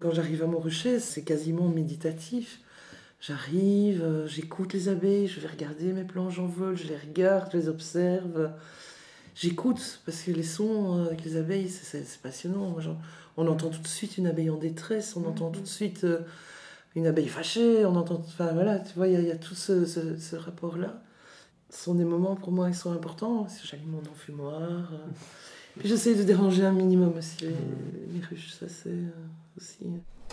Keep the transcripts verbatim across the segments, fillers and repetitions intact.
Quand j'arrive à mon rucher, c'est quasiment méditatif. J'arrive, euh, j'écoute les abeilles, je vais regarder mes planches en vol, je les regarde, je les observe. J'écoute, parce que les sons euh, avec les abeilles, c'est, c'est, c'est passionnant. Moi, genre, on entend tout de suite une abeille en détresse, on entend tout de suite euh, une abeille fâchée, on entend... Enfin voilà, tu vois, il y, y a tout ce, ce, ce rapport-là. Ce sont des moments pour moi qui sont importants, parce que j'allume mon enfumoir. Euh, puis j'essaie de déranger un minimum aussi les, les ruches, ça c'est euh, aussi...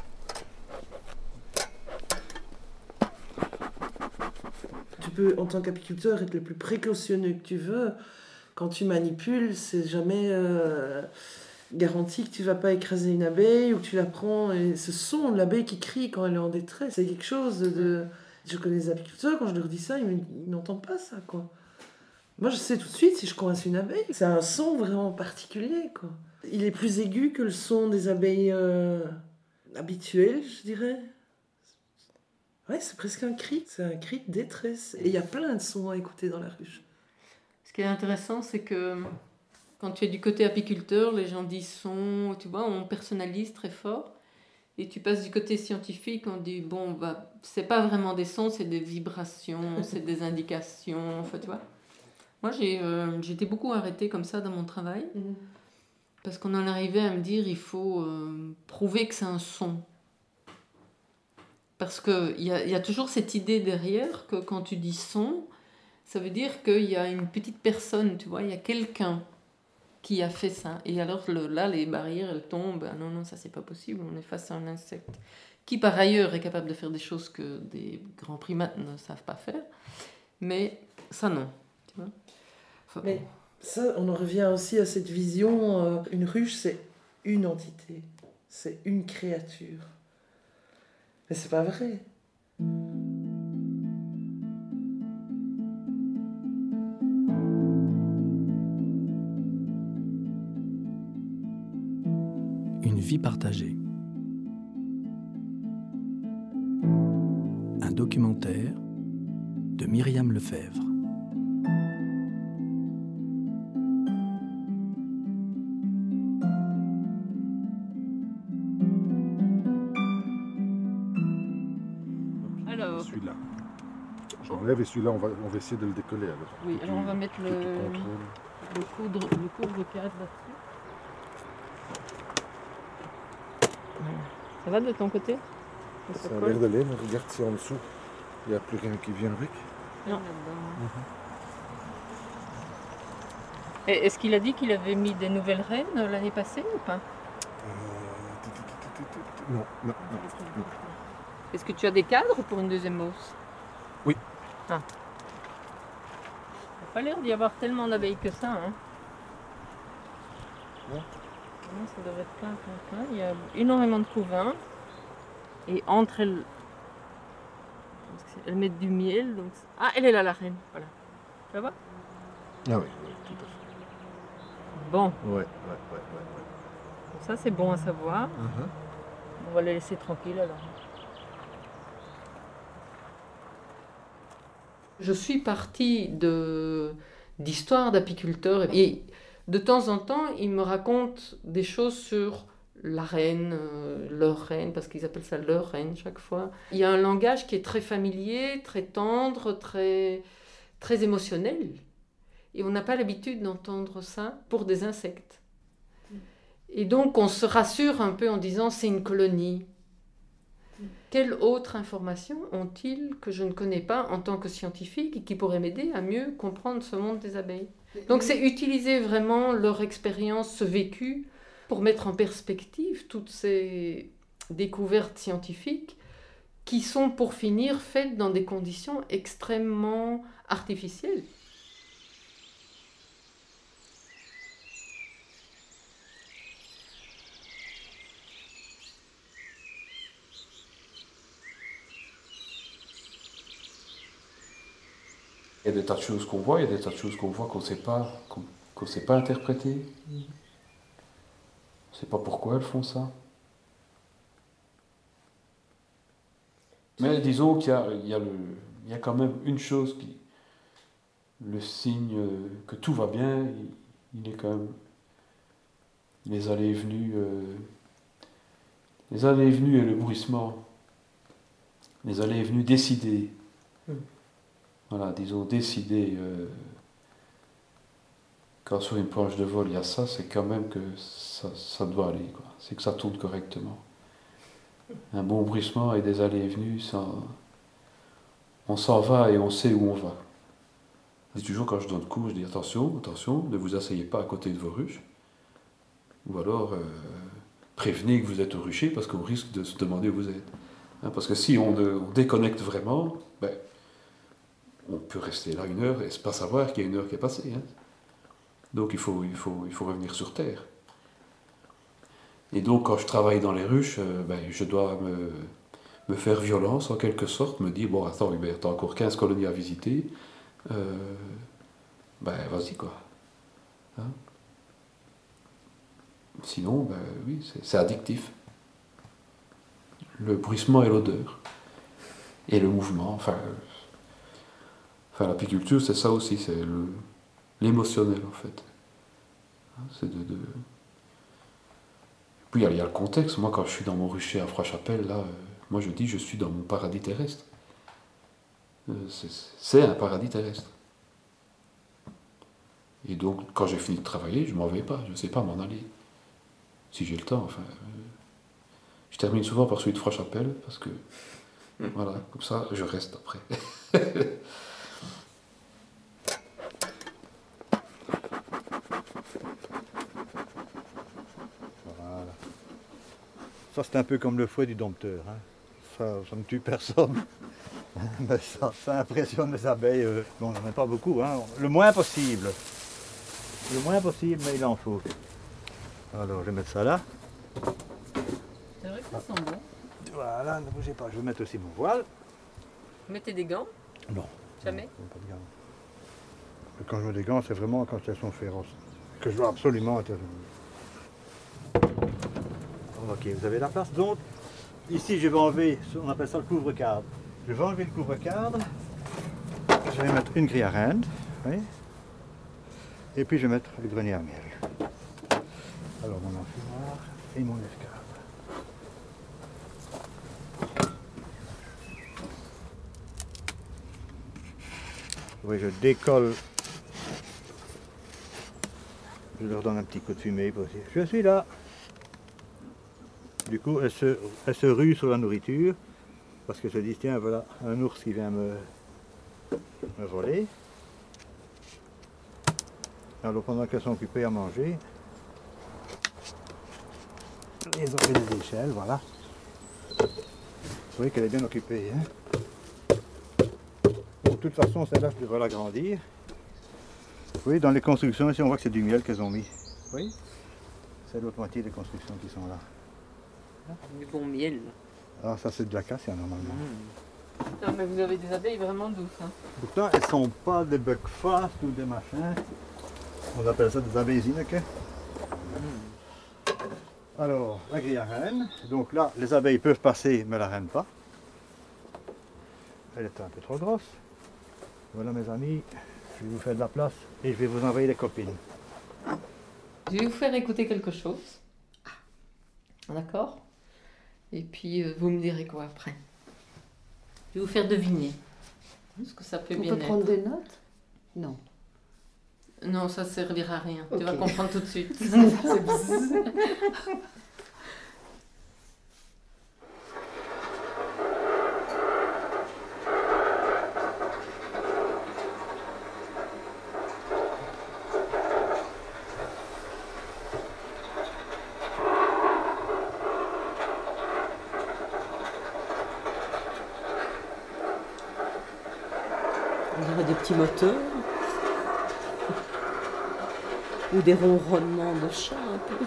Tu peux, en tant qu'apiculteur, être le plus précautionneux que tu veux. Quand tu manipules, c'est jamais euh, garanti que tu vas pas écraser une abeille ou que tu la prends. Et ce son de l'abeille qui crie quand elle est en détresse, c'est quelque chose de... Je connais les apiculteurs, quand je leur dis ça, ils, me... ils n'entendent pas ça, quoi. Moi, je sais tout de suite si je coince une abeille. C'est un son vraiment particulier, quoi. Il est plus aigu que le son des abeilles euh, habituelles, je dirais. Ouais, c'est presque un cri. C'est un cri de détresse. Et il y a plein de sons à écouter dans la ruche. Ce qui est intéressant, c'est que quand tu es du côté apiculteur, les gens disent son, tu vois, on personnalise très fort. Et tu passes du côté scientifique, on dit, bon, bah, c'est pas vraiment des sons, c'est des vibrations, c'est des indications, enfin, tu vois. Moi, j'ai, euh, j'étais beaucoup arrêtée comme ça dans mon travail, mmh. parce qu'on en arrivait à me dire, il faut euh, prouver que c'est un son. Parce qu'il y a, y a toujours cette idée derrière que quand tu dis son, ça veut dire qu'il y a une petite personne, tu vois, il y a quelqu'un qui a fait ça. Et alors le, là, les barrières, elles tombent. Ah non, non, ça, c'est pas possible. On est face à un insecte qui, par ailleurs, est capable de faire des choses que des grands primates ne savent pas faire. Mais ça, non. Tu vois, enfin, mais ça, on en revient aussi à cette vision. Euh, une ruche, c'est une entité. C'est une créature. Mais c'est pas vrai. Une vie partagée. Un documentaire de Myriam Lefebvre. Alors, celui-là. J'enlève et celui-là, on va, on va essayer de le décoller. Alors. Oui, que alors tu, on va mettre le, le coudre, le couvre-cadre là-dessus. Ça va de ton côté? Ça, ça a l'air d'aller, mais regarde si en dessous, il n'y a plus rien qui vient avec. Non. Mm-hmm. Et est-ce qu'il a dit qu'il avait mis des nouvelles reines l'année passée ou pas? euh... Non, non, non, non. Est-ce que tu as des cadres pour une deuxième hausse? Oui. Ah. Il n'a pas l'air d'y avoir tellement d'abeilles que ça. Hein. Non. Non, ça devrait être plein, plein, plein. Il y a énormément de couvains. Et entre elles, elles mettent du miel. Donc... Ah, elle est là, la reine. Voilà. Tu la vois? Ah oui, oui, tout à fait. Bon. Ouais, ouais, ouais, ouais, ouais. Ça, c'est bon à savoir. Uh-huh. On va les laisser tranquilles alors. Je suis partie de, d'histoires d'apiculteurs et de temps en temps, ils me racontent des choses sur la reine, euh, leur reine, parce qu'ils appellent ça leur reine chaque fois. Il y a un langage qui est très familier, très tendre, très, très émotionnel. Et on n'a pas l'habitude d'entendre ça pour des insectes. Et donc on se rassure un peu en disant c'est une colonie. Quelle autre information ont-ils que je ne connais pas en tant que scientifique et qui pourrait m'aider à mieux comprendre ce monde des abeilles? Donc c'est utiliser vraiment leur expérience, ce vécu, pour mettre en perspective toutes ces découvertes scientifiques qui sont pour finir faites dans des conditions extrêmement artificielles. Il y a des tas de choses qu'on voit, il y a des tas de choses qu'on voit qu'on ne sait pas, qu'on, qu'on sait pas interpréter. On ne sait pas pourquoi elles font ça. Mais disons qu'il y a, il y a, le, il y a quand même une chose qui... Le signe que tout va bien, il, il est quand même... Les allées et venues... Euh, les allées et venues et le bruissement, les allées et venues décidées, mm. voilà, disons décidées, euh, quand sur une planche de vol il y a ça, c'est quand même que ça, ça doit aller, quoi. C'est que ça tourne correctement. Un bon bruissement et des allées et venues, ça, on s'en va et on sait où on va. C'est toujours quand je donne cours, je dis attention, attention, ne vous asseyez pas à côté de vos ruches, ou alors euh, prévenez que vous êtes au rucher parce qu'on risque de se demander où vous êtes. Hein, parce que si on, on déconnecte vraiment, ben, on peut rester là une heure et pas savoir qu'il y a une heure qui est passée. Hein. Donc il faut, il, faut, il faut revenir sur Terre. Et donc quand je travaille dans les ruches, euh, ben, je dois me, me faire violence en quelque sorte, me dire, bon attends, Hubert, t'as encore quinze colonies à visiter, euh, ben vas-y quoi. Hein? Sinon, ben oui, c'est, c'est addictif. Le bruissement et l'odeur. Et le mouvement, enfin... Enfin, l'apiculture, c'est ça aussi, c'est le, l'émotionnel, en fait. C'est de... de... Puis, il y, y a le contexte. Moi, quand je suis dans mon rucher à Froid-Chapelle, là, euh, moi, je dis, je suis dans mon paradis terrestre. Euh, c'est, c'est un paradis terrestre. Et donc, quand j'ai fini de travailler, je m'en vais pas, je ne sais pas m'en aller. Si j'ai le temps, enfin... Euh, je termine souvent par celui de Froid-Chapelle, parce que... Voilà, comme ça, je reste après. Voilà. Ça, c'est un peu comme le fouet du dompteur. Hein. Ça, ça ne tue personne. Mais ça, ça impressionne les abeilles. Euh, bon, j'en ai pas beaucoup. Hein. Le moins possible. Le moins possible, mais il en faut. Alors, je vais mettre ça là. C'est vrai que ça sent bon. Voilà, ne bougez pas. Je vais mettre aussi mon voile. Vous mettez des gants? Non. Jamais? Non, pas de gants. Quand je mets des gants, c'est vraiment quand elles sont féroces. Que je dois absolument intervenir. Ok, vous avez la place. Donc, ici, je vais enlever, on appelle ça le couvre-cadre. Je vais enlever le couvre-cadre. Je vais mettre une grille à reine. Oui. Et puis, je vais mettre le grenier à miel. Alors, mon enfumoir et mon escadre. Oui, je décolle. Je leur donne un petit coup de fumée pour dire je suis là. Du coup, elles se, elles se ruent sur la nourriture parce qu'elles se disent tiens, voilà un ours qui vient me, me voler. Alors pendant qu'elles sont occupées à manger, ils ont fait des échelles, voilà. Vous voyez qu'elle est bien occupée. Hein. De toute façon, celle-là, je devrais l'agrandir. Vous voyez, dans les constructions, ici, on voit que c'est du miel qu'elles ont mis. Oui. C'est l'autre moitié des constructions qui sont là. Du bon miel. Ah, ça, c'est de l'acacia, normalement. Mmh. Non, mais vous avez des abeilles vraiment douces. Hein. Pourtant, elles ne sont pas des buckfast ou des machins. On appelle ça des abeilles Zineke. Mmh. Alors, la grille à reine. Donc là, les abeilles peuvent passer, mais la reine pas. Elle est un peu trop grosse. Voilà, mes amis. Je vais vous faire de la place et je vais vous envoyer les copines. Je vais vous faire écouter quelque chose. D'accord? Et puis euh, vous me direz quoi après. Je vais vous faire deviner ce que ça peut On bien peut être. prendre des notes? Non. Non, ça ne servira à rien. Okay. Tu vas comprendre tout de suite. On dirait des petits moteurs. Ou des ronronnements de chat un peu.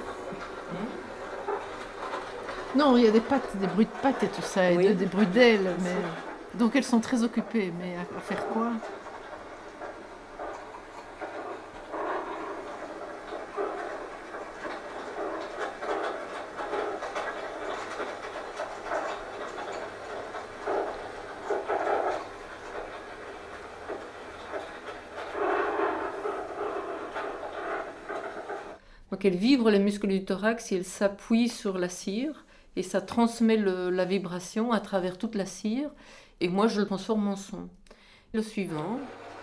Non, il y a des pattes, des bruits de pattes et tout ça, et Oui. de- des bruits d'ailes. Mais... Donc elles sont très occupées, mais à, à faire quoi? Donc elles vibrent les muscles du thorax et elles s'appuient sur la cire et ça transmet le, la vibration à travers toute la cire, et moi je le transforme en son. Le suivant.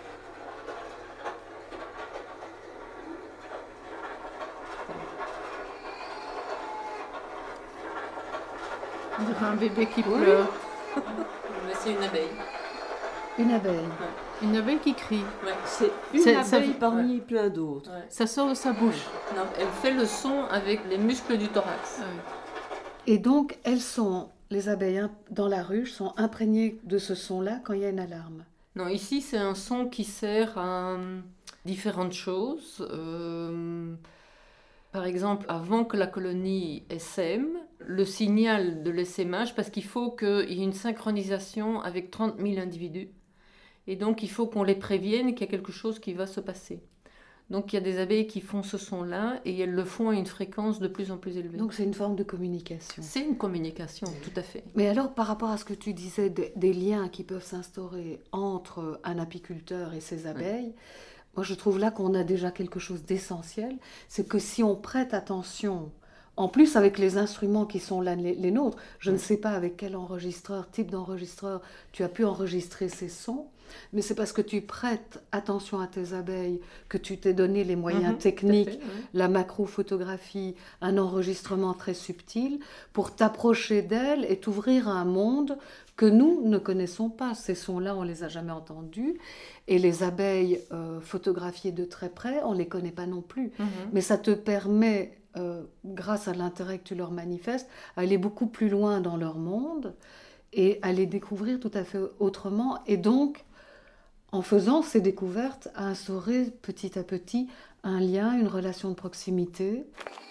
On dirait un bébé qui Oui. pleure. Mais c'est une abeille. Une abeille. Une abeille qui crie. Ouais. C'est une C'est- ça abeille fait- parmi plein d'autres. Ouais. Ça sort de sa bouche. Non, elle fait le son avec les muscles du thorax. Et donc, elles sont, les abeilles hein, dans la ruche sont imprégnées de ce son-là quand il y a une alarme. Non, ici c'est un son qui sert à euh, différentes choses. Euh, par exemple, avant que la colonie essaime, le signal de l'essaimage, parce qu'il faut qu'il y ait une synchronisation avec trente mille individus. Et donc il faut qu'on les prévienne qu'il y a quelque chose qui va se passer. Donc il y a des abeilles qui font ce son-là et elles le font à une fréquence de plus en plus élevée. Donc c'est une forme de communication. C'est une communication, tout à fait. Mais alors, par rapport à ce que tu disais, des, des liens qui peuvent s'instaurer entre un apiculteur et ses abeilles, oui. Moi je trouve là qu'on a déjà quelque chose d'essentiel. C'est que si on prête attention, en plus avec les instruments qui sont là les, les nôtres, je oui. ne sais pas avec quel enregistreur, type d'enregistreur, tu as pu enregistrer ces sons, mais c'est parce que tu prêtes attention à tes abeilles que tu t'es donné les moyens mmh, techniques, fait, oui. la macrophotographie, un enregistrement très subtil, pour t'approcher d'elles et t'ouvrir à un monde que nous ne connaissons pas. Ces sons-là, on ne les a jamais entendus. Et les abeilles euh, photographiées de très près, on ne les connaît pas non plus. Mmh. Mais ça te permet, euh, grâce à l'intérêt que tu leur manifestes, aller beaucoup plus loin dans leur monde et à les découvrir tout à fait autrement. Et donc, en faisant ces découvertes, à instaurer petit à petit un lien, une relation de proximité.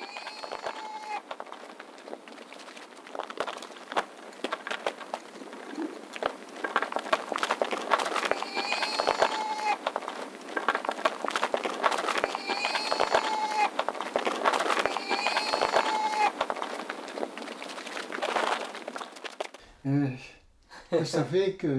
Euh, vous savez que...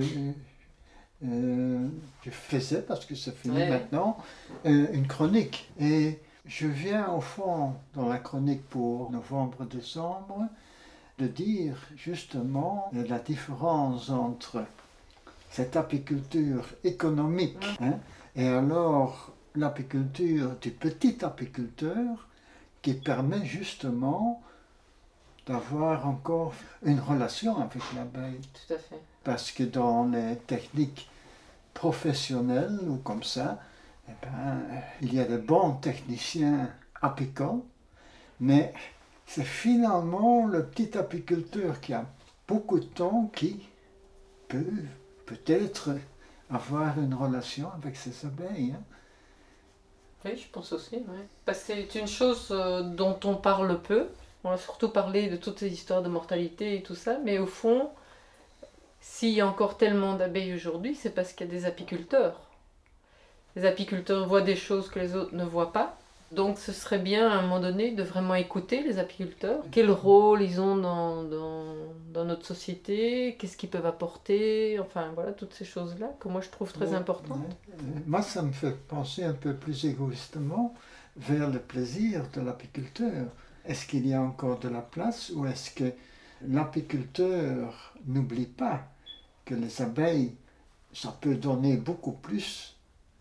Euh, je faisais, parce que ça finit ouais. maintenant, euh, une chronique. Et je viens au fond, dans la chronique pour novembre-décembre, de dire justement la différence entre cette apiculture économique hein, et alors l'apiculture du petit apiculteur qui permet justement d'avoir encore une relation avec l'abeille. Tout à fait. Parce que dans les techniques professionnelles ou comme ça, eh ben, il y a de bons techniciens apicoles, mais c'est finalement le petit apiculteur qui a beaucoup de temps qui peut peut-être avoir une relation avec ses abeilles. Hein. Oui, je pense aussi. Ouais. Parce que c'est une chose dont on parle peu. On a surtout parlé de toutes ces histoires de mortalité et tout ça, mais au fond, s'il y a encore tellement d'abeilles aujourd'hui, c'est parce qu'il y a des apiculteurs. Les apiculteurs voient des choses que les autres ne voient pas. Donc ce serait bien à un moment donné de vraiment écouter les apiculteurs. Quel rôle ils ont dans, dans, dans notre société, qu'est-ce qu'ils peuvent apporter, enfin voilà, toutes ces choses-là que moi je trouve très ouais, importantes. Ouais. Moi ça me fait penser un peu plus égoïstement vers le plaisir de l'apiculteur. Est-ce qu'il y a encore de la place ou est-ce que l'apiculteur n'oublie pas que les abeilles, ça peut donner beaucoup plus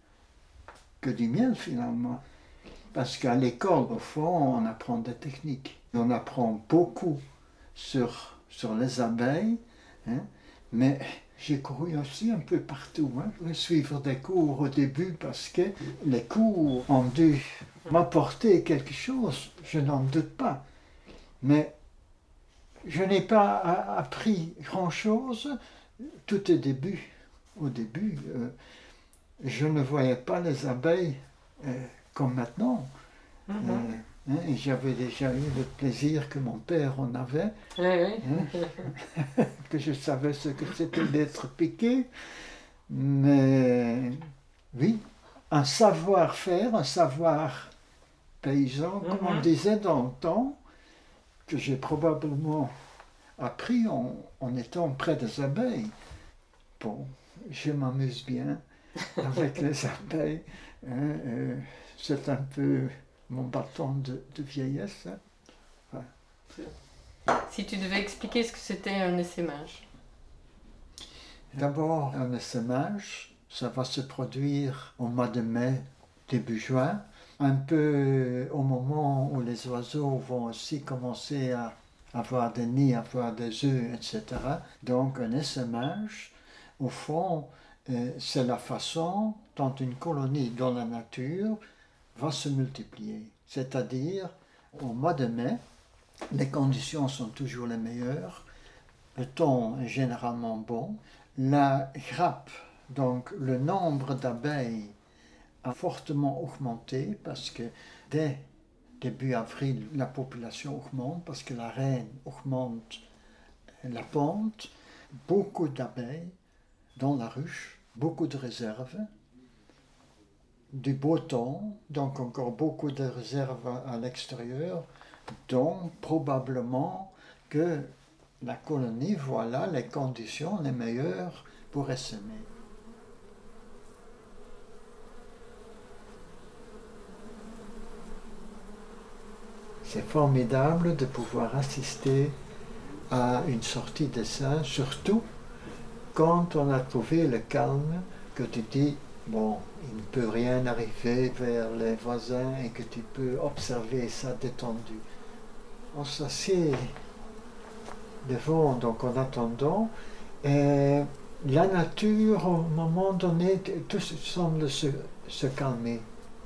que du miel finalement. Parce qu'à l'école, au fond, on apprend des techniques. On apprend beaucoup sur, sur les abeilles, hein, mais j'ai couru aussi un peu partout, hein, pour suivre des cours au début parce que les cours ont dû m'apporter quelque chose, je n'en doute pas. Mais je n'ai pas appris grand-chose tout au début. Au début, euh, je ne voyais pas les abeilles euh, comme maintenant. Mm-hmm. euh, hein, et j'avais déjà eu le plaisir que mon père en avait, oui, oui. Hein, que je savais ce que c'était d'être piqué. Mais oui, un savoir-faire, un savoir paysan, mm-hmm. comme on disait dans le temps, que j'ai probablement appris en, en étant près des abeilles. Bon, je m'amuse bien avec les abeilles. Hein, euh, c'est un peu mon bâton de, de vieillesse. Hein. Enfin, Si tu devais expliquer ce que c'était un essaimage. D'abord, un essaimage, ça va se produire au mois de mai, début juin, un peu au moment où les oiseaux vont aussi commencer à avoir des nids, avoir des œufs, et cetera. Donc un essaimage, au fond, euh, c'est la façon dont une colonie dans la nature va se multiplier. C'est-à-dire, au mois de mai, les conditions sont toujours les meilleures, le temps est généralement bon, la grappe, donc le nombre d'abeilles a fortement augmenté parce que dès début avril, la population augmente parce que la reine augmente la ponte, beaucoup d'abeilles dans la ruche, beaucoup de réserves, du beau temps, donc encore beaucoup de réserves à, à l'extérieur, donc probablement que la colonie, voilà les conditions les meilleures pour essaimer. C'est formidable de pouvoir assister à une sortie d'essaim, surtout quand on a trouvé le calme, que tu dis, bon, il ne peut rien arriver vers les voisins et que tu peux observer ça détendu. On s'assied devant, donc en attendant, et la nature, au moment donné, tout semble se, se calmer.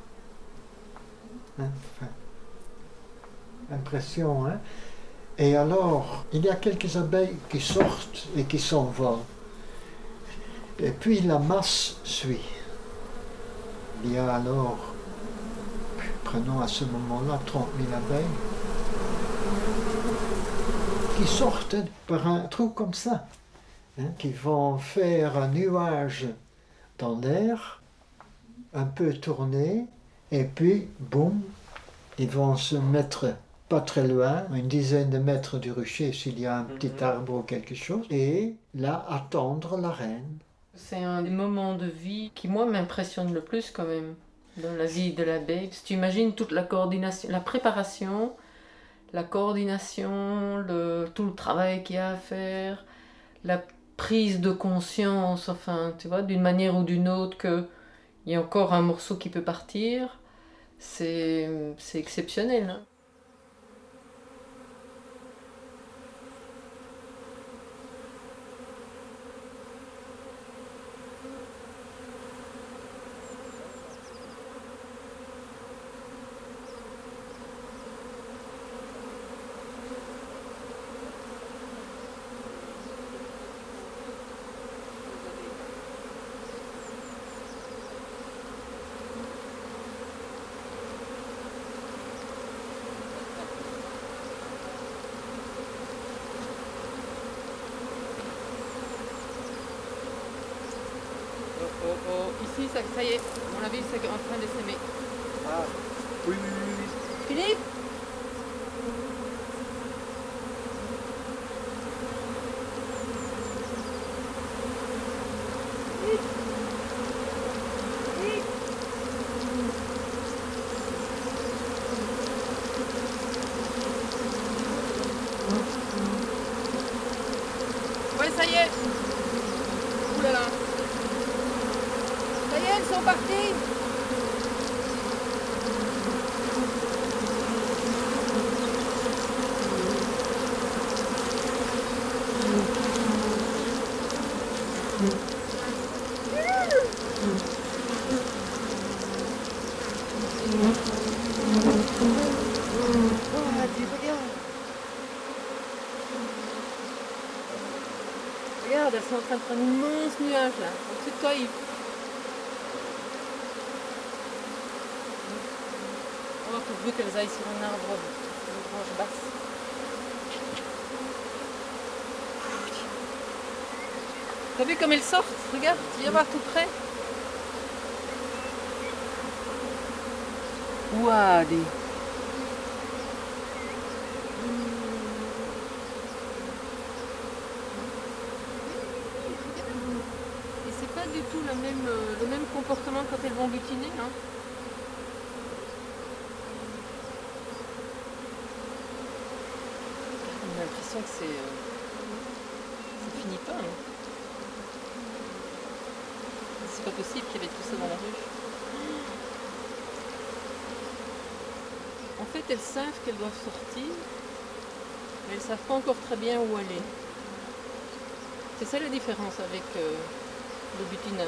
Hein? Enfin, impression, hein? Et alors, il y a quelques abeilles qui sortent et qui s'envolent. Et puis la masse suit. Il y a alors, prenons à ce moment-là trente mille abeilles, qui sortent par un trou comme ça, hein, qui vont faire un nuage dans l'air, un peu tourner, et puis, boum, ils vont se mettre pas très loin, une dizaine de mètres du rucher s'il y a un petit arbre ou quelque chose, et là, attendre la reine. C'est un des moments de vie qui, moi, m'impressionne le plus quand même, dans la vie de l'abeille. Si tu imagines toute la coordination, la préparation, la coordination, le, tout le travail qu'il y a à faire, la prise de conscience, enfin, tu vois, d'une manière ou d'une autre, qu'il y a encore un morceau qui peut partir, c'est, c'est exceptionnel, hein. Oh, oh. Ici, ça, ça y est, à mon avis, c'est en train de s'aimer. Ah, oui, oui, oui, oui. Philippe? Ouais, ça y est. Ouh là là. Ça y est, elles sont parties. Oh, dis, regarde. Regarde, elles sont en train de prendre un immense nuage là, au-dessus de toi, Yves. On va voir pourvu qu'elles aillent sur un arbre, une branche basse. T'as vu comme elles sortent? Regarde, tu viens voir tout près. Ouah, des... Et c'est pas du tout le même, euh, le même comportement quand elles vont butiner, hein. Un petit l'impression que c'est... Euh, ça finit pas. Hein. C'est pas possible qu'il y ait tout ça dans la ruche. En fait, elles savent qu'elles doivent sortir, mais elles savent pas encore très bien où aller. C'est ça la différence avec euh, le butinage.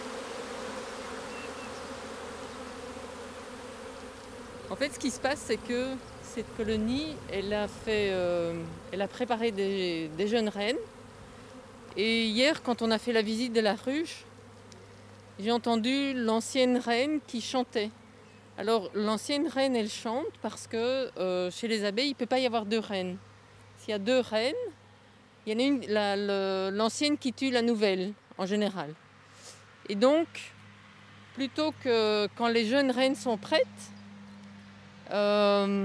En fait, ce qui se passe, c'est que cette colonie, elle a fait, euh, elle a préparé des, des jeunes reines. Et hier, quand on a fait la visite de la ruche, j'ai entendu l'ancienne reine qui chantait. Alors, l'ancienne reine, elle chante parce que euh, chez les abeilles, il ne peut pas y avoir deux reines. S'il y a deux reines, il y en a une, la, le, l'ancienne qui tue la nouvelle, en général. Et donc, plutôt que quand les jeunes reines sont prêtes, euh,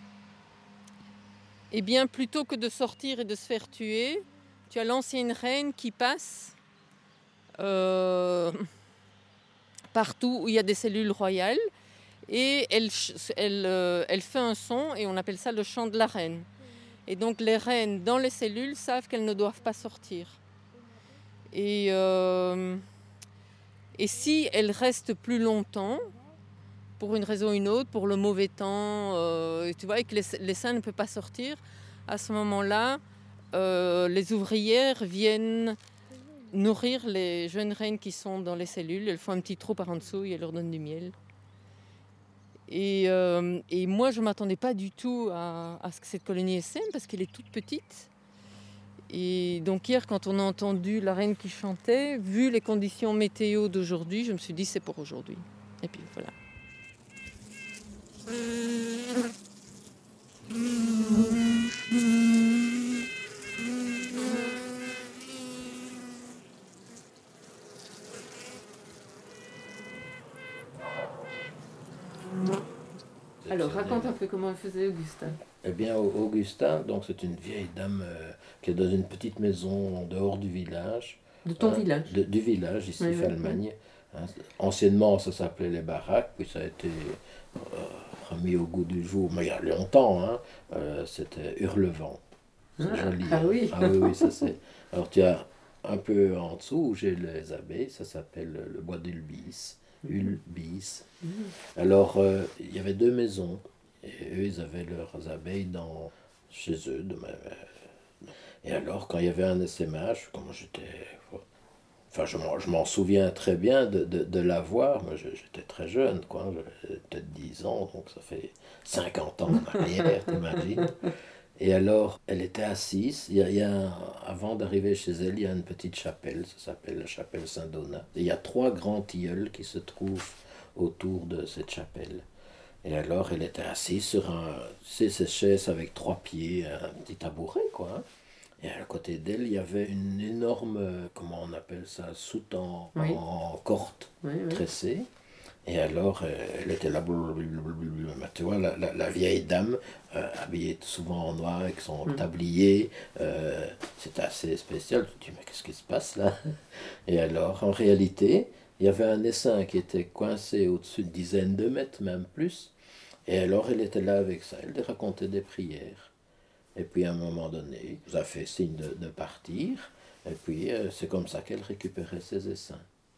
eh bien, plutôt que de sortir et de se faire tuer, tu as l'ancienne reine qui passe euh, partout où il y a des cellules royales et elle, elle, euh, elle fait un son et on appelle ça le chant de la reine. Et donc les reines dans les cellules savent qu'elles ne doivent pas sortir. Et, euh, et si elles restent plus longtemps, pour une raison ou une autre, pour le mauvais temps, euh, tu vois, et que les, les seins ne peuvent pas sortir, à ce moment-là, euh, les ouvrières viennent nourrir les jeunes reines qui sont dans les cellules. Elles font un petit trou par en dessous et elles leur donnent du miel. Et, euh, et moi, je ne m'attendais pas du tout à, à ce que cette colonie essaime, parce qu'elle est toute petite. Et donc hier, quand on a entendu la reine qui chantait, vu les conditions météo d'aujourd'hui, je me suis dit c'est pour aujourd'hui. Et puis voilà. Alors, raconte un peu comment elle faisait Augustin. Eh bien, Augustin, donc c'est une vieille dame euh, qui est dans une petite maison en dehors du village. De ton hein, village de, Du village, ici, oui, Falmagne. Oui. Hein, anciennement, ça s'appelait les baraques, puis ça a été euh, remis au goût du jour, mais il y a longtemps, hein, euh, c'était Hurlevent. C'est ah, joli. Ah hein. oui. Ah oui, oui, ça c'est... Alors, tu as un peu en dessous où j'ai les abeilles, ça s'appelle le bois d'Ulbis. Ulbis. Mmh. Alors, euh, il y avait deux maisons. Et eux, ils avaient leurs abeilles dans, chez eux. De ma... Et alors, quand il y avait un essaimage, comme j'étais... Enfin, je m'en, je m'en souviens très bien de, de, de la voir. Moi, j'étais très jeune, quoi. J'avais peut-être dix ans, donc ça fait cinquante ans en arrière, t'imagines. Et alors, elle était assise. Il y a, il y a un, avant d'arriver chez elle, il y a une petite chapelle. Ça s'appelle la chapelle Saint-Donat. Et il y a trois grands tilleuls qui se trouvent autour de cette chapelle. Et alors, elle était assise sur un, tu sais, ces chaises avec trois pieds, un petit tabouret, quoi. Et à côté d'elle, il y avait une énorme, comment on appelle ça, soute en, oui. en corde oui, oui. tressée. Et alors, elle était là, blablabla. Tu vois, la, la, la vieille dame, euh, habillée souvent en noir, avec son mmh. tablier, euh, c'était assez spécial. Tu te dis, mais qu'est-ce qui se passe là? Et alors, en réalité, il y avait un essaim qui était coincé au-dessus d'une dizaine de mètres, même plus. Et alors, elle était là avec ça, elle racontait des prières. Et puis, à un moment donné, elle nous a fait signe de, de partir. Et puis, euh, c'est comme ça qu'elle récupérait ses essaims.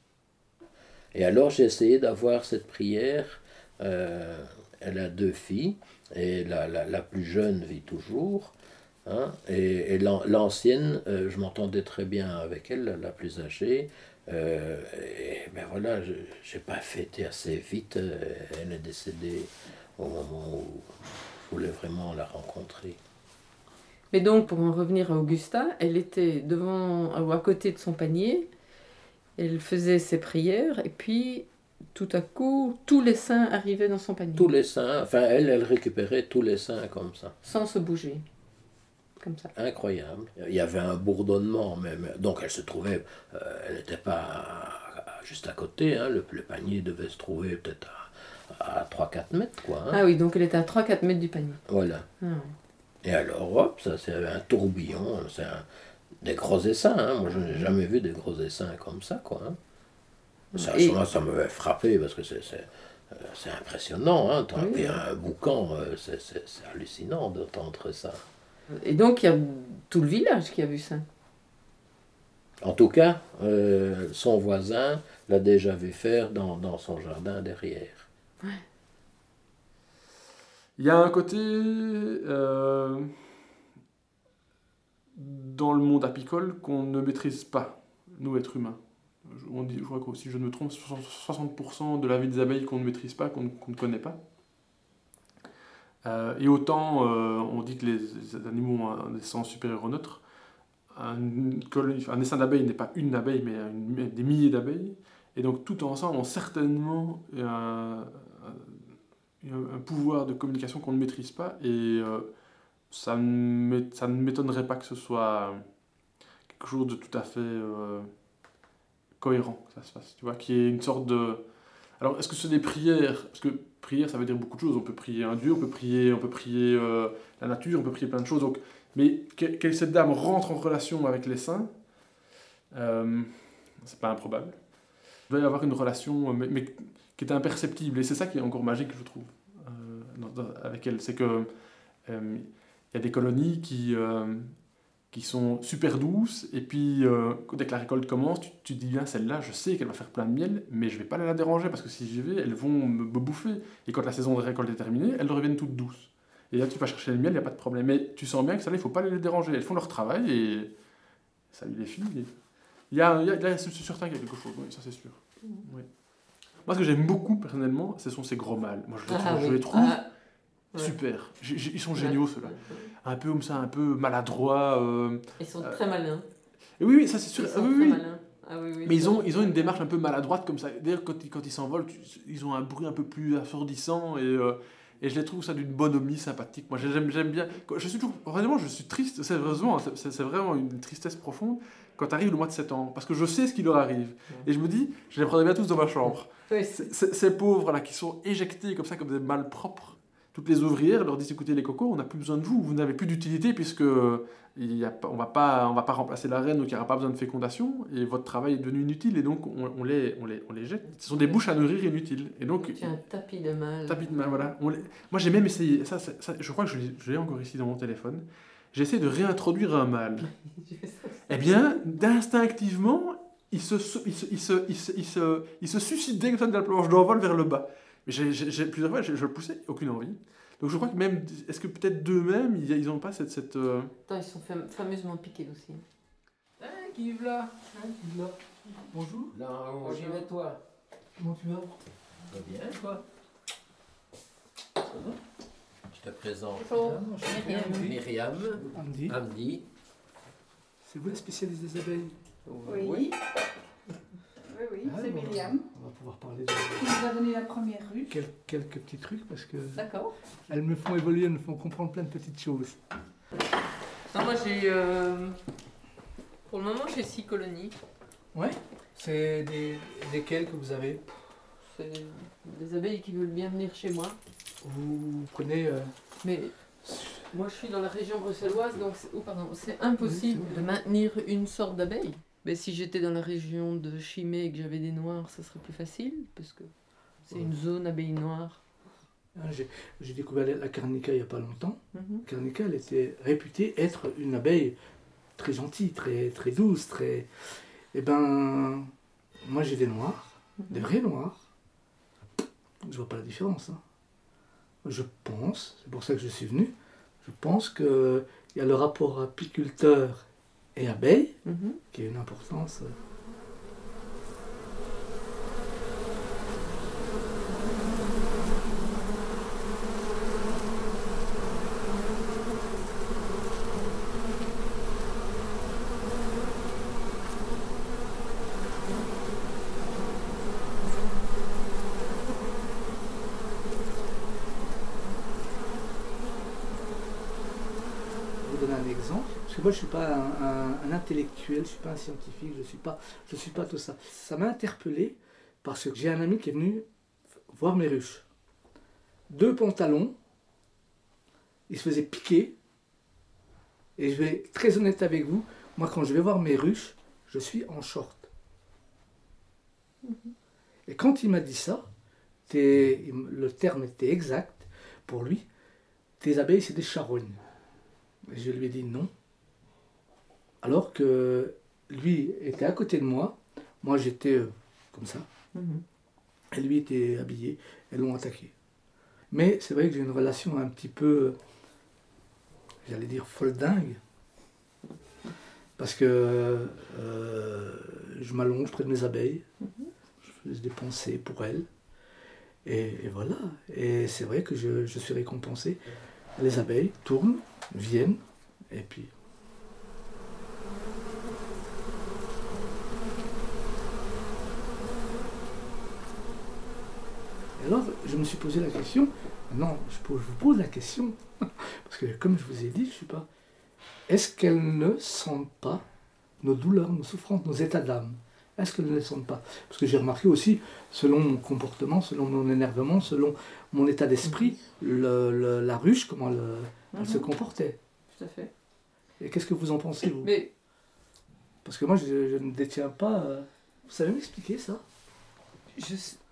Et alors, j'ai essayé d'avoir cette prière. Euh, elle a deux filles, et la, la, la plus jeune vit toujours. Hein, et et l'ancienne, euh, je m'entendais très bien avec elle, la, la plus âgée. Euh, et ben voilà, je n'ai pas fêté assez vite. Euh, elle est décédée au moment où je voulais vraiment la rencontrer. Mais donc, pour en revenir à Augusta, elle était devant, ou à côté de son panier. Elle faisait ses prières et puis tout à coup, tous les saints arrivaient dans son panier. Tous les saints, enfin elle, elle récupérait tous les saints comme ça. Sans se bouger, comme ça. Incroyable. Il y avait un bourdonnement même. Donc elle se trouvait, euh, elle n'était pas à, à, juste à côté, hein. le, le panier devait se trouver peut-être à, à trois à quatre mètres. Quoi, hein. Ah oui, donc elle était à trois à quatre mètres du panier. Voilà. Ah, ouais. Et alors, hop, ça c'est un tourbillon, c'est un... Des gros essaims, hein. Moi je n'ai jamais vu des gros essaims comme ça, quoi. Hein. Ça, et... ça m'avait frappé parce que c'est, c'est, c'est impressionnant, hein. T'as oui. un boucan, c'est, c'est, c'est hallucinant d'entendre ça. Et donc, il y a tout le village qui a vu ça. En tout cas, euh, son voisin l'a déjà vu faire dans, dans son jardin derrière. Ouais. Il y a un côté... Euh, dans le monde apicole qu'on ne maîtrise pas, nous, êtres humains. On dit, je crois que si je ne me trompe, soixante pour cent de la vie des abeilles qu'on ne maîtrise pas, qu'on, qu'on ne connaît pas. Euh, et autant euh, on dit que les, les animaux ont un sens supérieur au nôtre, un, un essaim d'abeilles n'est pas une abeille, mais une, des milliers d'abeilles. Et donc tout ensemble ont certainement un, un, un pouvoir de communication qu'on ne maîtrise pas. Et euh, ça, ne ça ne m'étonnerait pas que ce soit quelque chose de tout à fait euh, cohérent, que ça se fasse. Tu vois, qu'il y ait une sorte de... Alors, est-ce que c'est des prières? Parce que prière, ça veut dire beaucoup de choses. On peut prier un Dieu, on peut prier, on peut prier euh, la nature, on peut prier plein de choses. Donc, mais que, que cette dame rentre en relation avec les saints, euh, c'est pas improbable. Il doit y avoir une relation, mais, mais qui est imperceptible. Et c'est ça qui est encore magique, je trouve, euh, dans, dans, avec elle. C'est que euh, y a des colonies qui... Euh, qui sont super douces, et puis euh, dès que la récolte commence, tu, tu te dis bien, celle-là, je sais qu'elle va faire plein de miel, mais je vais pas la déranger, parce que si j'y vais, elles vont me, me bouffer. Et quand la saison de récolte est terminée, elles reviennent toutes douces. Et là, tu vas chercher le miel, il n'y a pas de problème. Mais tu sens bien que celle-là, il ne faut pas les déranger. Elles font leur travail, et salut les filles. Il y a, il y a, là, c'est certain qu'il y a quelque chose, oui, ça c'est sûr. Oui. Moi, ce que j'aime beaucoup, personnellement, ce sont ces gros mâles. Moi, je, les, ah, je oui. les trouve... Ah. Ouais. Super, J- j- ils sont géniaux ouais. ceux-là. Un peu comme ça, un peu maladroits. Euh, ils sont euh, très malins. Et oui, oui, ça c'est sûr. Ils sont oui, très oui. malins. Ah, oui, oui, mais ils ont, ils ont une démarche un peu maladroite comme ça. D'ailleurs, quand, ils, quand ils s'envolent, tu, ils ont un bruit un peu plus assourdissant et, euh, et je les trouve ça d'une bonhomie sympathique. Moi, j'aime, j'aime bien. Je suis toujours, vraiment, je suis triste. C'est vraiment, c'est, c'est vraiment une tristesse profonde quand arrive le mois de septembre, parce que je sais ce qui leur arrive. Et je me dis, je les prendrai bien tous dans ma chambre. Oui. C'est, c'est, ces pauvres-là qui sont éjectés comme ça, comme des malpropres. Toutes les ouvrières leur disent, écoutez les cocos, on n'a plus besoin de vous, vous n'avez plus d'utilité puisque il y a pas, on va pas, on va pas remplacer la reine, donc il n'y aura pas besoin de fécondation et votre travail est devenu inutile et donc on, on, les, on, les, on les jette. Ce sont des bouches à nourrir inutiles. Et donc, c'est un tapis de mal. Tapis de mal, voilà. On les, moi j'ai même essayé, ça, ça, ça, je crois que je l'ai, je l'ai encore ici dans mon téléphone, j'ai essayé de réintroduire un mâle. Eh bien, d'instinctivement, il se, il se, il se, il se, il se, il se suicidait comme ça de la planche d'envol vers le bas. Mais j'ai, j'ai, plusieurs fois, je, je le poussais, aucune envie. Donc je crois que même, est-ce que peut-être d'eux-mêmes, ils n'ont pas cette... cette euh... Attends, ils sont fam- fameusement piqués aussi. Hein, qui vive là hein, qui vive là Bonjour. Là, on j'y vais toi. Comment tu vas? Ça va bien, toi? Ça va? Je te présente. Bonjour. Ah, Myriam. Myriam. Andy. Andy. C'est vous la spécialiste des abeilles? Oui. Oui. Oui, oui, ah, c'est bon, Myriam. On va pouvoir parler de... Qui nous a donné la première ruche. Quel, quelques petits trucs, parce que... D'accord. Elles me font évoluer, elles me font comprendre plein de petites choses. Non, moi j'ai... Euh... Pour le moment, j'ai six colonies. Ouais. C'est des... Desquelles que vous avez? C'est des abeilles qui veulent bien venir chez moi. Vous prenez... Euh... Mais... Moi, je suis dans la région bruxelloise, donc c'est, oh, pardon, c'est impossible oui, c'est de maintenir une sorte d'abeille. Mais si j'étais dans la région de Chimay et que j'avais des noirs, ça serait plus facile, parce que c'est ouais. une zone abeille noire. Ah, j'ai, j'ai découvert la Carnica il n'y a pas longtemps. Mm-hmm. Carnica, elle était réputée être une abeille très gentille, très, très douce, très... Eh ben, moi j'ai des noirs, mm-hmm. des vrais noirs. Je vois pas la différence. Hein. Je pense, c'est pour ça que je suis venu, je pense qu'il y a le rapport apiculteur et abeille, mm-hmm. qui a une importance. Un exemple, parce que moi je ne suis pas un, un, un intellectuel, je ne suis pas un scientifique, je ne suis pas, je suis pas tout ça. Ça m'a interpellé parce que j'ai un ami qui est venu voir mes ruches. Deux pantalons, il se faisait piquer, et je vais être très honnête avec vous, moi quand je vais voir mes ruches, je suis en short. Mm-hmm. Et quand il m'a dit ça, le terme était exact, pour lui, tes abeilles c'est des charognes. Et je lui ai dit non. Alors que lui était à côté de moi, moi j'étais euh, comme ça, Mhm. et lui était habillé, elles l'ont attaqué. Mais c'est vrai que j'ai une relation un petit peu, euh, j'allais dire folle dingue, parce que euh, je m'allonge près de mes abeilles, je fais des pensées pour elles, et, et voilà. Et c'est vrai que je, je suis récompensé. Les abeilles tournent, viennent, et puis... Et alors, je me suis posé la question, non, je pose- je vous pose la question, parce que comme je vous ai dit, je suis pas... Est-ce qu'elles ne sentent pas nos douleurs, nos souffrances, nos états d'âme? Est-ce qu'elles ne les sentent pas? Parce que j'ai remarqué aussi, selon mon comportement, selon mon énervement, selon mon état d'esprit, le- le- la ruche, comment elle, elle Mhm. se comportait. Tout à fait. Et qu'est-ce que vous en pensez, vous? Mais Parce que moi, je, je ne détiens pas... euh, Vous savez m'expliquer ça? je...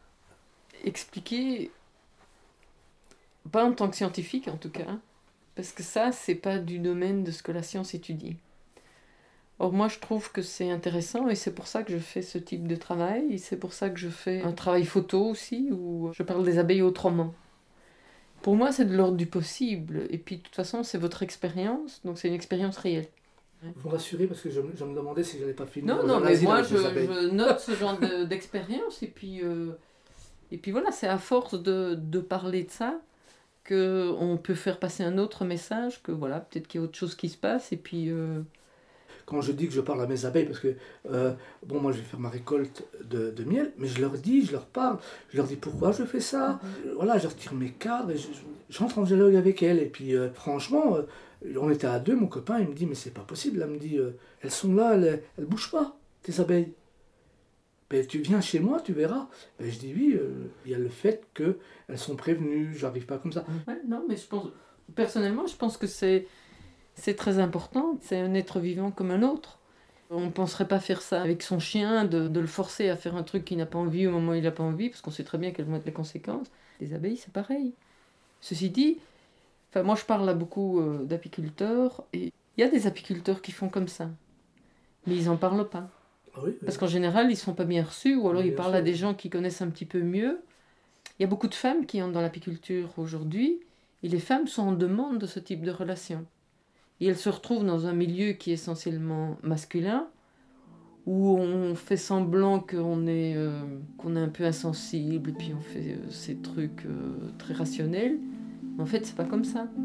expliquer, pas en tant que scientifique en tout cas, parce que ça, c'est pas du domaine de ce que la science étudie. Or, moi, je trouve que c'est intéressant et c'est pour ça que je fais ce type de travail. Et c'est pour ça que je fais un travail photo aussi, où je parle des abeilles autrement. Pour moi, c'est de l'ordre du possible. Et puis, de toute façon, c'est votre expérience, donc c'est une expérience réelle. Vous me rassurez parce que je, me- je me demandais si j'allais pas finir Non, dans non, un mais asile moi, avec je, des abeilles. je note ce genre de- d'expérience. Et puis, euh, et puis voilà, c'est à force de, de parler de ça qu'on peut faire passer un autre message, que voilà, peut-être qu'il y a autre chose qui se passe. Et puis... euh, Quand je dis que je parle à mes abeilles, parce que, euh, bon, moi je vais faire ma récolte de, de miel, mais je leur dis, je leur parle, je leur dis pourquoi je fais ça, voilà, je retire mes cadres, et je- je- j'entre en dialogue avec elles, et puis euh, franchement, euh, on était à deux, mon copain, il me dit, mais c'est pas possible, elle me dit, euh, elles sont là, elles, elles bougent pas, tes abeilles. Ben, tu viens chez moi, tu verras. Ben, je dis oui, euh, il y a le fait qu'elles sont prévenues, j'arrive pas comme ça. Ouais, non, mais je pense, personnellement, je pense que c'est, c'est très important. C'est un être vivant comme un autre. On ne penserait pas faire ça avec son chien, de, de le forcer à faire un truc qu'il n'a pas envie au moment où il n'a pas envie, parce qu'on sait très bien quelles vont être les conséquences. Les abeilles, c'est pareil. Ceci dit, enfin, moi je parle à beaucoup euh, d'apiculteurs, et il y a des apiculteurs qui font comme ça, mais ils n'en parlent pas. Ah oui, oui. Parce qu'en général, ils ne sont pas bien reçus, ou alors Bien ils parlent sûr. à des gens qui connaissent un petit peu mieux. Il y a beaucoup de femmes qui entrent dans l'apiculture aujourd'hui, et les femmes sont en demande de ce type de relation. Et elles se retrouvent dans un milieu qui est essentiellement masculin, où on fait semblant qu'on est, euh, qu'on est un peu insensible, et puis on fait euh, ces trucs euh, très rationnels. Mais en fait, c'est pas comme ça.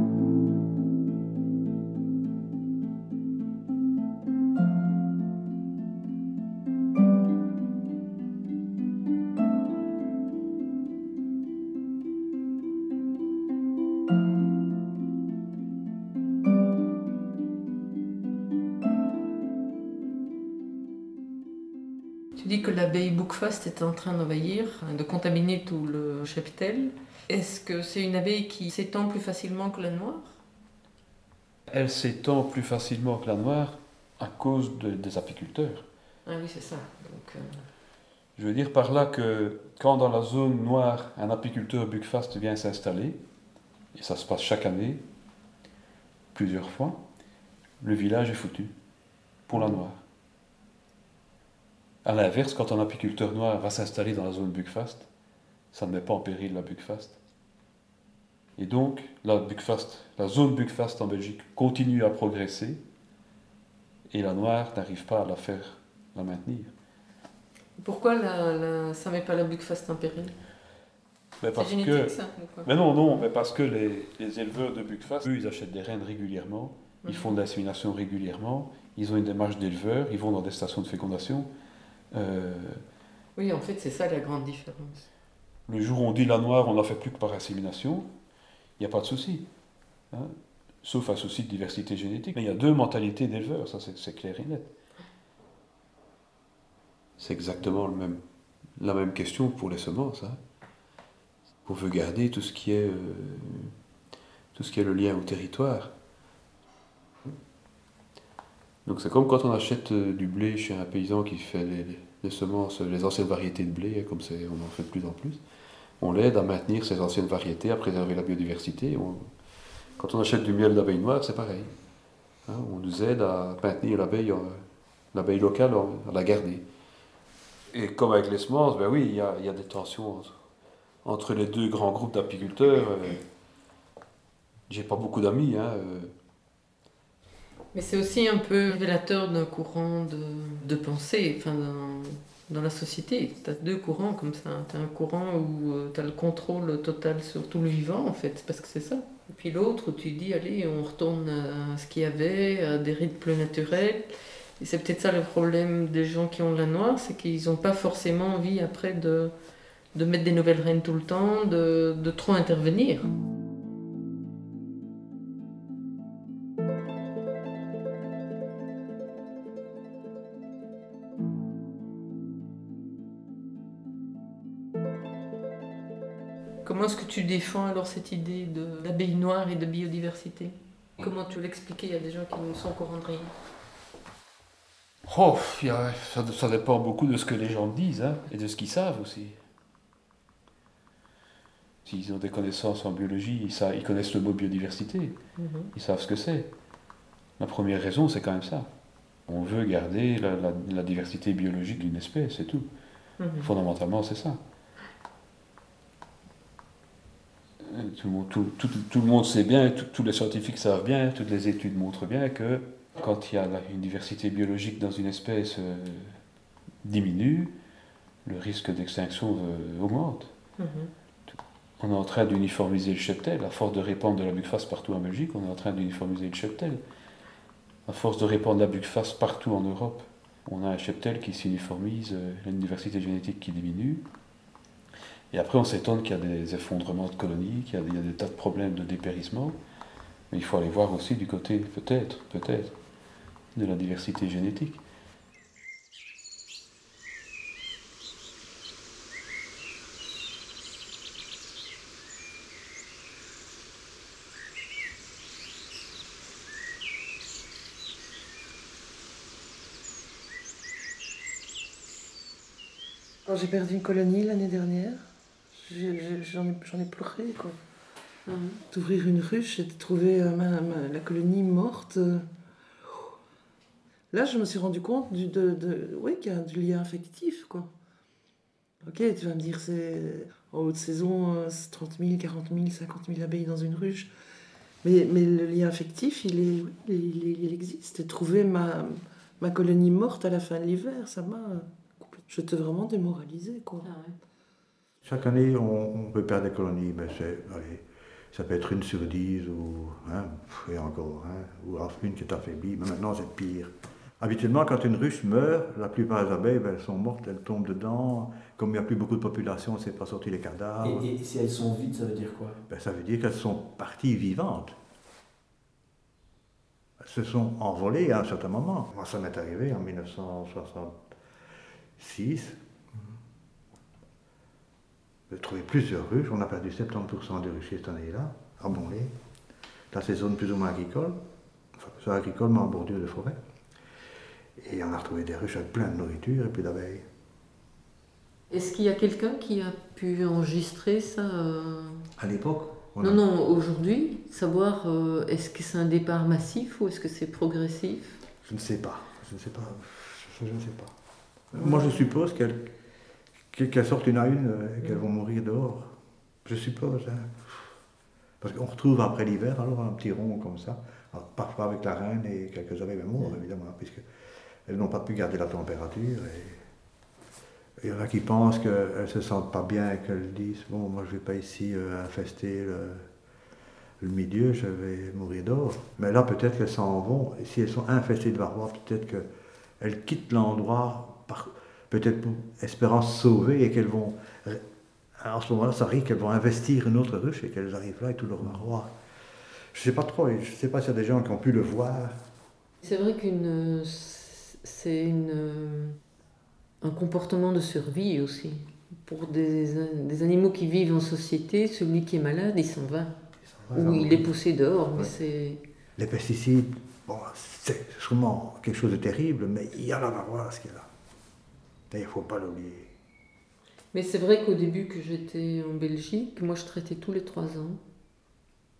Tu dis que l'abeille Buchfast est en train d'envahir, de contaminer tout le cheptel. Est-ce que c'est une abeille qui s'étend plus facilement que la noire? Elle s'étend plus facilement que la noire à cause de- des apiculteurs. Ah oui, c'est ça. Donc, euh, Je veux dire par là que quand dans la zone noire, un apiculteur Buchfast vient s'installer, et ça se passe chaque année, plusieurs fois, le village est foutu pour la noire. A l'inverse, quand un apiculteur noir va s'installer dans la zone Buchfast, ça ne met pas en péril la Buchfast. Et donc, la, Buchfast, la zone Buchfast en Belgique continue à progresser, et la noire n'arrive pas à la faire, la maintenir. pourquoi la, la- ça ne met pas la Buchfast en péril? Mais parce C'est que... génétique, ça, ou quoi? Mais non, non, mais parce que les, les éleveurs de Buchfast, eux, ils achètent des reines régulièrement, ils Mhm. font de l'insémination régulièrement, ils ont une démarche d'éleveur, ils vont dans des stations de fécondation. Euh, Oui, en fait, c'est ça la grande différence. le jour où on dit la noire, on ne la fait plus que par insémination, il n'y a pas de souci. Hein, sauf un souci de diversité génétique. Mais il y a deux mentalités d'éleveurs, ça c'est, c'est clair et net. C'est exactement le même, la même question pour les semences. Hein. On veut garder tout ce qui est, euh, tout ce qui est le lien au territoire. Donc c'est comme quand on achète euh, du blé chez un paysan qui fait les, les semences, les anciennes variétés de blé, hein, comme c'est, on en fait de plus en plus. On l'aide à maintenir ces anciennes variétés, à préserver la biodiversité. On, Quand on achète du miel d'abeille noire, c'est pareil. Hein, on nous aide à maintenir l'abeille, l'abeille locale, à la garder. Et comme avec les semences, ben oui, il y a, il y a des tensions entre, entre les deux grands groupes d'apiculteurs. Euh, j'ai pas beaucoup d'amis. Hein, euh. Mais c'est aussi un peu révélateur d'un courant de, de pensée, enfin, dans, dans la société. Tu as deux courants comme ça. Tu as un courant où euh, tu as le contrôle total sur tout le vivant, en fait, parce que c'est ça. Et puis l'autre où tu dis, allez, on retourne à ce qu'il y avait, à des rythmes naturels. Et c'est peut-être ça le problème des gens qui ont la noire, c'est qu'ils n'ont pas forcément envie après de, de mettre des nouvelles reines tout le temps, de, de trop intervenir. Comment est-ce que tu défends alors cette idée d'abeille noire et de biodiversité? Comment tu l'expliquais? Il y a des gens qui ne sont au courant de rien. Oh, y a, ça, ça dépend beaucoup de ce que les gens disent, hein, et de ce qu'ils savent aussi. S'ils ont des connaissances en biologie, ils, savent, ils connaissent le mot biodiversité, mm-hmm. Ils savent ce que c'est. La première raison, c'est quand même ça. On veut garder la, la, la diversité biologique d'une espèce, c'est tout. Mm-hmm. Fondamentalement, c'est ça. Tout le monde, tout, tout, tout le monde sait bien, tout, tous les scientifiques savent bien, toutes les études montrent bien que quand il y a une diversité biologique dans une espèce euh, diminue, le risque d'extinction euh, augmente. Mm-hmm. On est en train d'uniformiser le cheptel. À force de répandre de la buckface partout en Belgique, on est en train d'uniformiser le cheptel. À force de répandre la buckface partout en Europe, on a un cheptel qui s'uniformise, euh, une diversité génétique qui diminue. Et après, on s'étonne qu'il y a des effondrements de colonies, qu'il y a, il y a des tas de problèmes de dépérissement. Mais il faut aller voir aussi du côté, peut-être, peut-être, de la diversité génétique. Quand j'ai perdu une colonie l'année dernière, j'en ai, j'en ai pleuré, quoi. Mmh. D'ouvrir une ruche et de trouver euh, ma, ma, la colonie morte. Euh. Là, je me suis rendu compte du, de, de, ouais, qu'il y a du lien affectif, quoi. Ok, tu vas me dire, c'est en haute saison, c'est trente mille, quarante mille, cinquante mille abeilles dans une ruche. Mais, mais le lien affectif, il, est, il, il, il existe. Et trouver ma, ma colonie morte à la fin de l'hiver, ça m'a... J'étais vraiment démoralisée, quoi. Ah ouais. Chaque année, on, on peut perdre des colonies, mais c'est, allez, ça peut être une sur dix, ou, hein, et encore, hein, ou une qui est affaiblie, mais maintenant c'est pire. Habituellement, quand une ruche meurt, la plupart des abeilles, ben, elles sont mortes, elles tombent dedans. Comme il n'y a plus beaucoup de population, on ne sait pas sortir les cadavres. Et, et si elles sont vides, ça veut dire quoi? Ben, ça veut dire qu'elles sont parties vivantes. Elles se sont envolées à un certain moment. Moi, ça m'est arrivé en mille neuf cent soixante-six. J'ai trouvé plusieurs ruches, on a perdu soixante-dix pour cent des ruchers cette année-là, à Bonlé. Là, c'est zone plus ou moins agricole, enfin, c'est agricole, mais en bordure de forêt. Et on a retrouvé des ruches avec plein de nourriture et puis d'abeilles. Est-ce qu'il y a quelqu'un qui a pu enregistrer ça euh... À l'époque? Non, a... non, aujourd'hui, savoir euh, est-ce que c'est un départ massif ou est-ce que c'est progressif? Je ne sais pas, je ne sais pas, je, je ne sais pas. Ouais. Moi, je suppose qu'elles qu'elles sortent une à une et qu'elles vont mourir dehors. Je suppose. Hein. Parce qu'on retrouve après l'hiver, alors un petit rond comme ça, alors, parfois avec la reine et quelques abeilles morts, évidemment, puisqu'elles n'ont pas pu garder la température. Et il y en a qui pensent qu'elles ne se sentent pas bien et qu'elles disent, bon, moi je ne vais pas ici euh, infester le, le milieu, je vais mourir dehors. Mais là, peut-être qu'elles s'en vont, et si elles sont infestées de varroa, peut-être qu'elles quittent l'endroit par... peut-être pour espérant se sauver et qu'elles vont, en ce moment-là, ça arrive qu'elles vont investir une autre ruche et qu'elles arrivent là et tout leur varroa. Je ne sais pas trop, je ne sais pas s'il y a des gens qui ont pu le voir. C'est vrai qu'une, c'est une, un comportement de survie aussi. Pour des, des animaux qui vivent en société, celui qui est malade, il s'en va. Il Ou il est poussé dehors, mais ouais. c'est... Les pesticides, bon, c'est sûrement quelque chose de terrible, mais il y a la varroa, ce qu'il y a là. Il ne faut pas l'oublier. Mais c'est vrai qu'au début que j'étais en Belgique, moi je traitais tous les trois ans.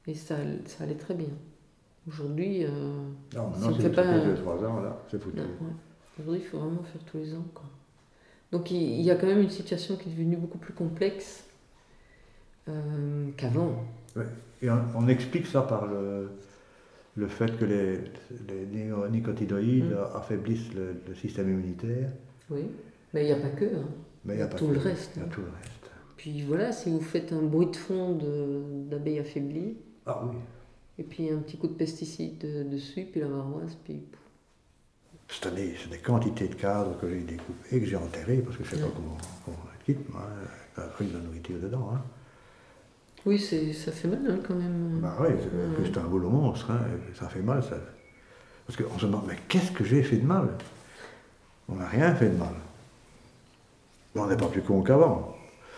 Et ça, ça allait très bien. Aujourd'hui, euh, non, si non, on c'est fait pas deux, un... trois ans, là, c'est foutu. Non, ouais. Aujourd'hui, il faut vraiment faire tous les ans, quoi. Donc il, il y a quand même une situation qui est devenue beaucoup plus complexe euh, qu'avant. Ouais. Et on, on explique ça par le, le fait que les, les néonicotinoïdes mmh. affaiblissent le, le système immunitaire. Oui, mais il n'y a pas que. Hein. Mais il y a pas tout que, le reste. Il y a hein. tout le reste. Puis voilà, si vous faites un bruit de fond de, d'abeilles affaiblies, ah, oui. et puis un petit coup de pesticide de, dessus, puis la varroise, puis... C'est des, c'est des quantités de cadres que j'ai découpés, que j'ai enterrés, parce que je ne sais pas comment, comment on les quitte, moi, avec de la nourriture dedans. Hein. Oui, c'est, ça fait mal hein, quand même. Bah oui, c'est, ouais. c'est un boulot monstre, hein, ça fait mal. Ça. Parce qu'on se demande, mais qu'est-ce que j'ai fait de mal? On n'a rien fait de mal. On n'est pas plus con qu'avant.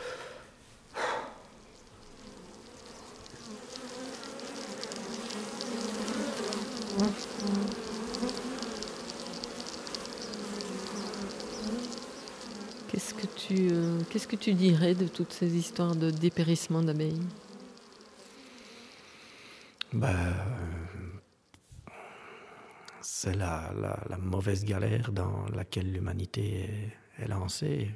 Qu'est-ce que tu, euh, qu'est-ce que tu dirais de toutes ces histoires de dépérissement d'abeilles? Ben, euh, c'est la, la, la mauvaise galère dans laquelle l'humanité est, est lancée.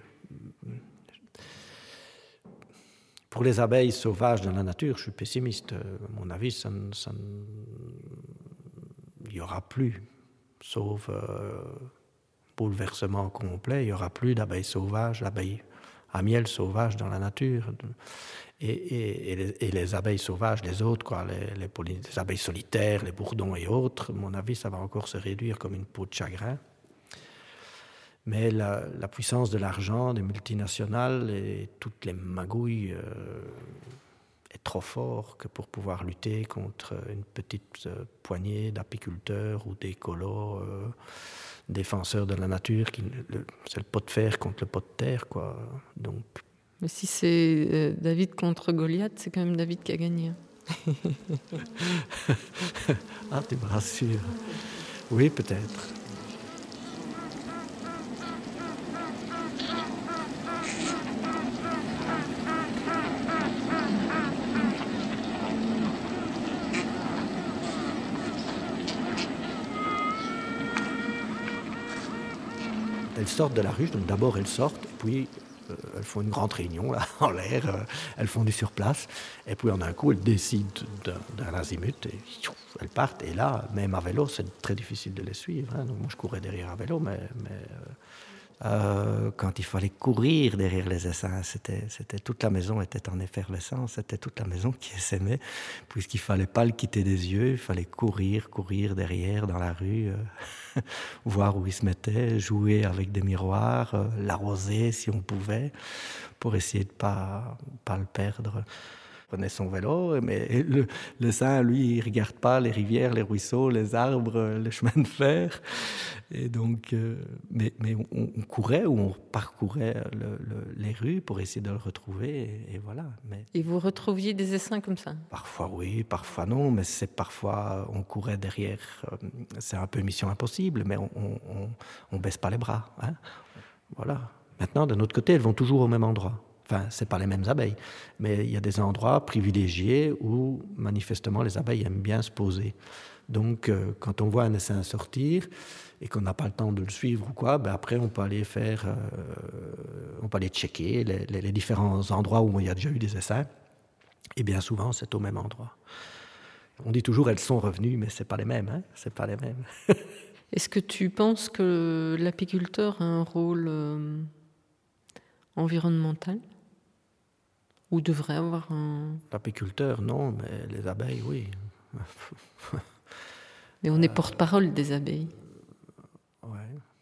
Pour les abeilles sauvages dans la nature, je suis pessimiste. À mon avis, ça, ça, il n'y aura plus, sauf euh, bouleversement complet, il n'y aura plus d'abeilles sauvages, d'abeilles à miel sauvages dans la nature. Et, et, et, les, et les abeilles sauvages, les autres, quoi, les, les, poly, les abeilles solitaires, les bourdons et autres, à mon avis, ça va encore se réduire comme une peau de chagrin. Mais la, la puissance de l'argent, des multinationales et toutes les magouilles euh, est trop fort que pour pouvoir lutter contre une petite euh, poignée d'apiculteurs ou d'écolos, euh, défenseurs de la nature. Qui, le, c'est le pot de fer contre le pot de terre, quoi. Donc, mais si c'est euh, David contre Goliath, c'est quand même David qui a gagné. Ah, tu me rassures. Oui, peut-être. Elles sortent de la ruche, donc d'abord elles sortent, et puis euh, elles font une grande réunion là, en l'air, euh, elles font du surplace, et puis en un coup elles décident d'un, d'un azimut, et elles partent, et là, même à vélo, c'est très difficile de les suivre. Hein. Donc moi je courais derrière à vélo, mais, mais euh, euh, quand il fallait courir derrière les essaims, c'était, c'était, toute la maison était en effervescence, c'était toute la maison qui essaimait, puisqu'il ne fallait pas le quitter des yeux, il fallait courir, courir derrière dans la rue, euh, voir où il se mettait, jouer avec des miroirs, euh, l'arroser si on pouvait, pour essayer de ne pas, pas le perdre. Il prenait son vélo, mais le, le saint, lui, il ne regarde pas les rivières, les ruisseaux, les arbres, les chemins de fer. Et donc, euh, mais, mais on, on courait ou on parcourait le, le, les rues pour essayer de le retrouver, et, et voilà. Mais et vous retrouviez des essaims comme ça? Parfois oui, parfois non, mais c'est parfois, on courait derrière, euh, c'est un peu mission impossible, mais on ne baisse pas les bras. Hein. Voilà. Maintenant, d'un autre côté, elles vont toujours au même endroit. Enfin, ce n'est pas les mêmes abeilles, mais il y a des endroits privilégiés où, manifestement, les abeilles aiment bien se poser. Donc, euh, quand on voit un essaim sortir et qu'on n'a pas le temps de le suivre ou quoi, ben après, on peut aller faire, euh, on peut aller checker les, les, les différents endroits où il y a déjà eu des essaims. Et bien souvent, c'est au même endroit. On dit toujours, elles sont revenues, mais ce n'est pas les mêmes. Hein, c'est pas les mêmes. Est-ce que tu penses que l'apiculteur a un rôle euh, environnemental? Ou devrait avoir un... L'apiculteur, non, mais les abeilles, oui. Mais on est euh, porte-parole des abeilles. Oui.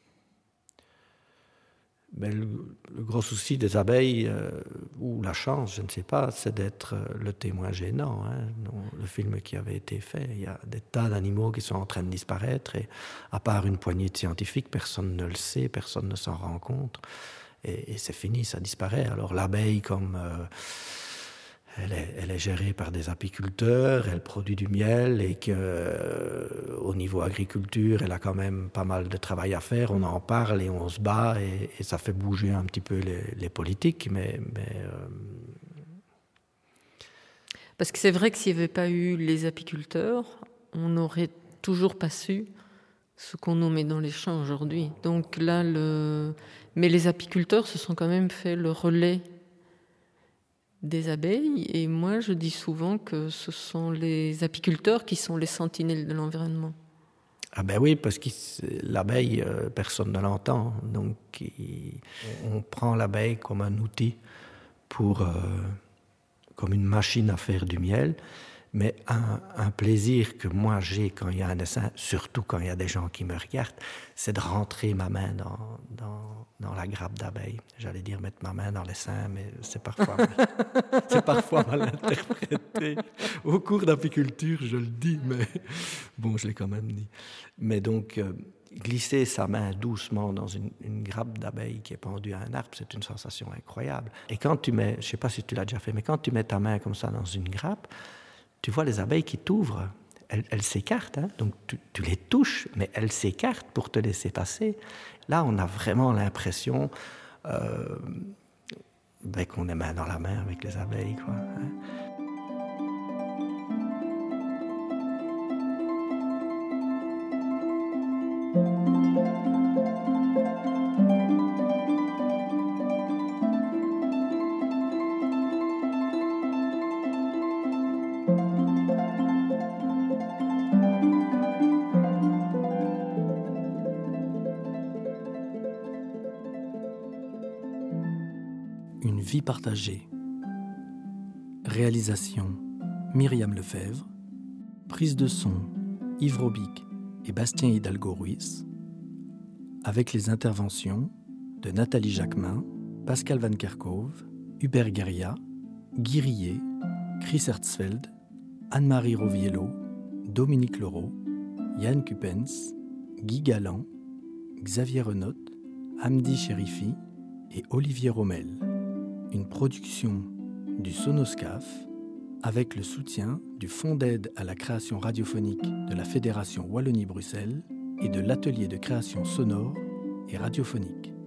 Mais le, le gros souci des abeilles, euh, ou la chance, je ne sais pas, c'est d'être le témoin gênant. Hein. Dans le film qui avait été fait, il y a des tas d'animaux qui sont en train de disparaître, et à part une poignée de scientifiques, personne ne le sait, personne ne s'en rend compte. Et, et c'est fini, ça disparaît. Alors l'abeille, comme euh, elle, est, elle est gérée par des apiculteurs, elle produit du miel, et que euh, au niveau agriculture, elle a quand même pas mal de travail à faire. On en parle et on se bat, et, et ça fait bouger un petit peu les, les politiques, mais, mais euh... Parce que c'est vrai que s'il n'y avait pas eu les apiculteurs, on n'aurait toujours pas su ce qu'on nous met dans les champs aujourd'hui. Donc là, le... Mais les apiculteurs se sont quand même fait le relais des abeilles. Et moi, je dis souvent que ce sont les apiculteurs qui sont les sentinelles de l'environnement. Ah ben oui, parce que l'abeille, euh, personne ne l'entend. Donc, il, on prend l'abeille comme un outil pour, euh, comme une machine à faire du miel. Mais un, un plaisir que moi j'ai quand il y a un essaim, surtout quand il y a des gens qui me regardent, c'est de rentrer ma main dans, dans, dans la grappe d'abeilles. J'allais dire mettre ma main dans l'essaim, mais c'est parfois mal, c'est parfois mal interprété. Au cours d'apiculture, je le dis, mais bon, je l'ai quand même dit. Mais donc, euh, glisser sa main doucement dans une, une grappe d'abeilles qui est pendue à un arbre, c'est une sensation incroyable. Et quand tu mets, je ne sais pas si tu l'as déjà fait, mais quand tu mets ta main comme ça dans une grappe, tu vois les abeilles qui t'ouvrent, elles, elles s'écartent, hein, donc tu, tu les touches, mais elles s'écartent pour te laisser passer. Là, on a vraiment l'impression euh, ben, qu'on est main dans la main avec les abeilles, quoi, hein. Une vie partagée. Réalisation Myriam Lefebvre. Prise de son Yves Robic et Bastien Hidalgo-Ruiz. Avec les interventions de Nathalie Jacquemin, Pascal Van Kerkhove, Hubert Gueria, Guy Rillet, Chris Hertzfeld, Anne-Marie Roviello, Dominique Leroux, Yann Cupens, Guy Galland, Xavier Renot, Hamdi Chérifi et Olivier Rommel. Une production du Sonoscaf avec le soutien du Fonds d'aide à la création radiophonique de la Fédération Wallonie-Bruxelles et de l'Atelier de création sonore et radiophonique.